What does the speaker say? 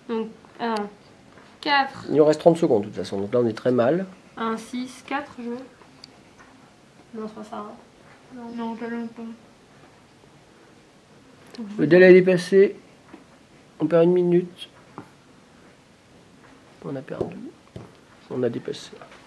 Donc, 1, 4. Il nous reste 30 secondes de toute façon, donc là on est très mal. 1, 6, 4, je veux. Non, c'est pas ça. Hein. Non, je l'aime pas. Le délai est dépassé. On perd 1 minute. On a perdu. On a dépassé.